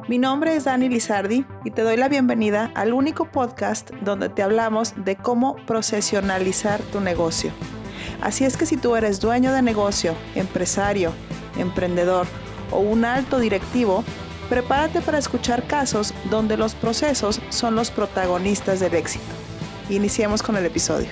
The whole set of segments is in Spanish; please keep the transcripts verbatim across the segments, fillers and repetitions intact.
Mi nombre es Dani Lizardi y te doy la bienvenida al único podcast donde te hablamos de cómo profesionalizar tu negocio. Así es que si tú eres dueño de negocio, empresario, emprendedor o un alto directivo, prepárate para escuchar casos donde los procesos son los protagonistas del éxito. Iniciemos con el episodio.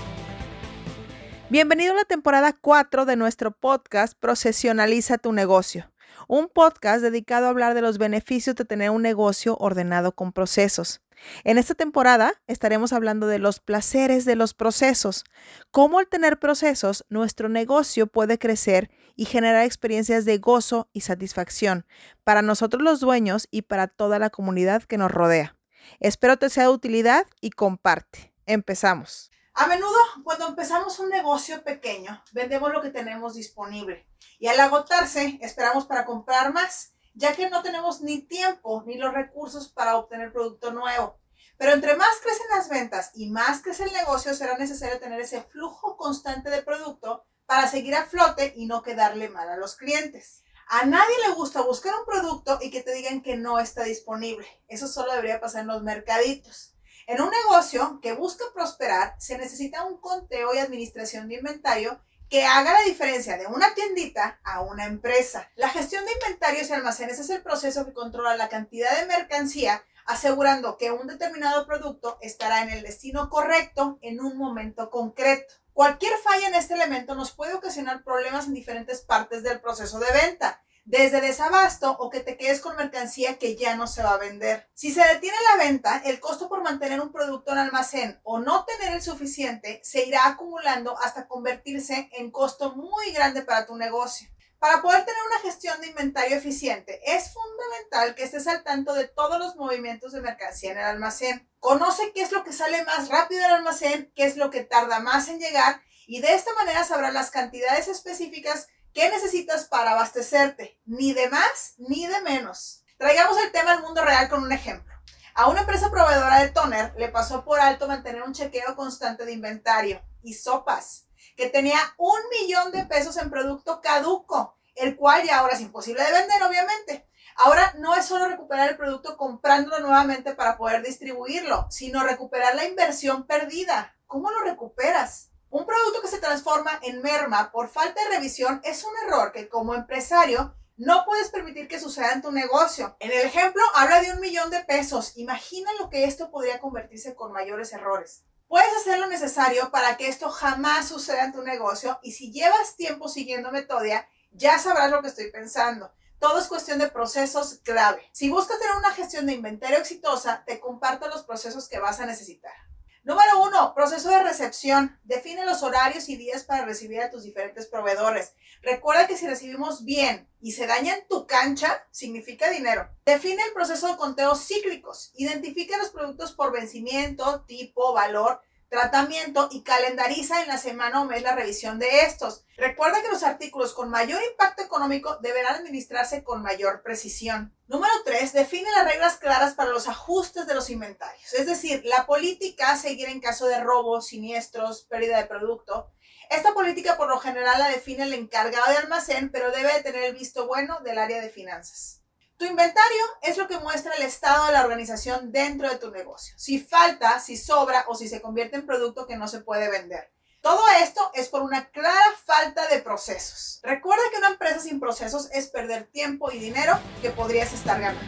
Bienvenido a la temporada cuatro de nuestro podcast Profesionaliza tu negocio. Un podcast dedicado a hablar de los beneficios de tener un negocio ordenado con procesos. En esta temporada estaremos hablando de los placeres de los procesos, cómo al tener procesos nuestro negocio puede crecer y generar experiencias de gozo y satisfacción para nosotros los dueños y para toda la comunidad que nos rodea. Espero te sea de utilidad y comparte. Empezamos. A menudo, cuando empezamos un negocio pequeño, vendemos lo que tenemos disponible y al agotarse, esperamos para comprar más, ya que no tenemos ni tiempo ni los recursos para obtener producto nuevo. Pero entre más crecen las ventas y más crece el negocio, será necesario tener ese flujo constante de producto para seguir a flote y no quedarle mal a los clientes. A nadie le gusta buscar un producto y que te digan que no está disponible. Eso solo debería pasar en los mercaditos. En un negocio que busca prosperar, se necesita un conteo y administración de inventario que haga la diferencia de una tiendita a una empresa. La gestión de inventarios y almacenes es el proceso que controla la cantidad de mercancía, asegurando que un determinado producto estará en el destino correcto en un momento concreto. Cualquier falla en este elemento nos puede ocasionar problemas en diferentes partes del proceso de venta, desde desabasto o que te quedes con mercancía que ya no se va a vender. Si se detiene la venta, el costo por mantener un producto en almacén o no tener el suficiente se irá acumulando hasta convertirse en costo muy grande para tu negocio. Para poder tener una gestión de inventario eficiente, es fundamental que estés al tanto de todos los movimientos de mercancía en el almacén. Conoce qué es lo que sale más rápido del almacén, qué es lo que tarda más en llegar y de esta manera sabrás las cantidades específicas ¿qué necesitas para abastecerte? Ni de más ni de menos. Traigamos el tema al mundo real con un ejemplo. A una empresa proveedora de tóner le pasó por alto mantener un chequeo constante de inventario y sopas, que tenía un millón de pesos en producto caduco, el cual ya ahora es imposible de vender, obviamente. Ahora no es solo recuperar el producto comprándolo nuevamente para poder distribuirlo, sino recuperar la inversión perdida. ¿Cómo lo recuperas? Un producto que se transforma en merma por falta de revisión es un error que como empresario no puedes permitir que suceda en tu negocio. En el ejemplo habla de un millón de pesos. Imagina lo que esto podría convertirse con mayores errores. Puedes hacer lo necesario para que esto jamás suceda en tu negocio y si llevas tiempo siguiendo Metodia, ya sabrás lo que estoy pensando. Todo es cuestión de procesos clave. Si buscas tener una gestión de inventario exitosa, te comparto los procesos que vas a necesitar. Número uno, proceso de recepción. Define los horarios y días para recibir a tus diferentes proveedores. Recuerda que si recibimos bien y se daña en tu cancha, significa dinero. Define el proceso de conteos cíclicos. Identifica los productos por vencimiento, tipo, valor, tratamiento y calendariza en la semana o mes la revisión de estos. Recuerda que los artículos con mayor impacto económico deberán administrarse con mayor precisión. Número tres, define las reglas claras para los ajustes de los inventarios, es decir, la política a seguir en caso de robos, siniestros, pérdida de producto. Esta política por lo general la define el encargado de almacén, pero debe de tener el visto bueno del área de finanzas. Tu inventario es lo que muestra el estado de la organización dentro de tu negocio. Si falta, si sobra o si se convierte en producto que no se puede vender. Todo esto es por una clara falta de procesos. Recuerda que una empresa sin procesos es perder tiempo y dinero que podrías estar ganando.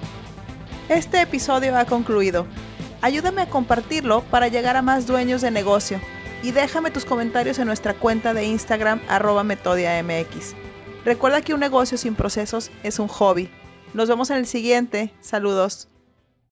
Este episodio ha concluido. Ayúdame a compartirlo para llegar a más dueños de negocio y déjame tus comentarios en nuestra cuenta de Instagram arroba metodiamx. Recuerda que un negocio sin procesos es un hobby. Nos vemos en el siguiente. Saludos.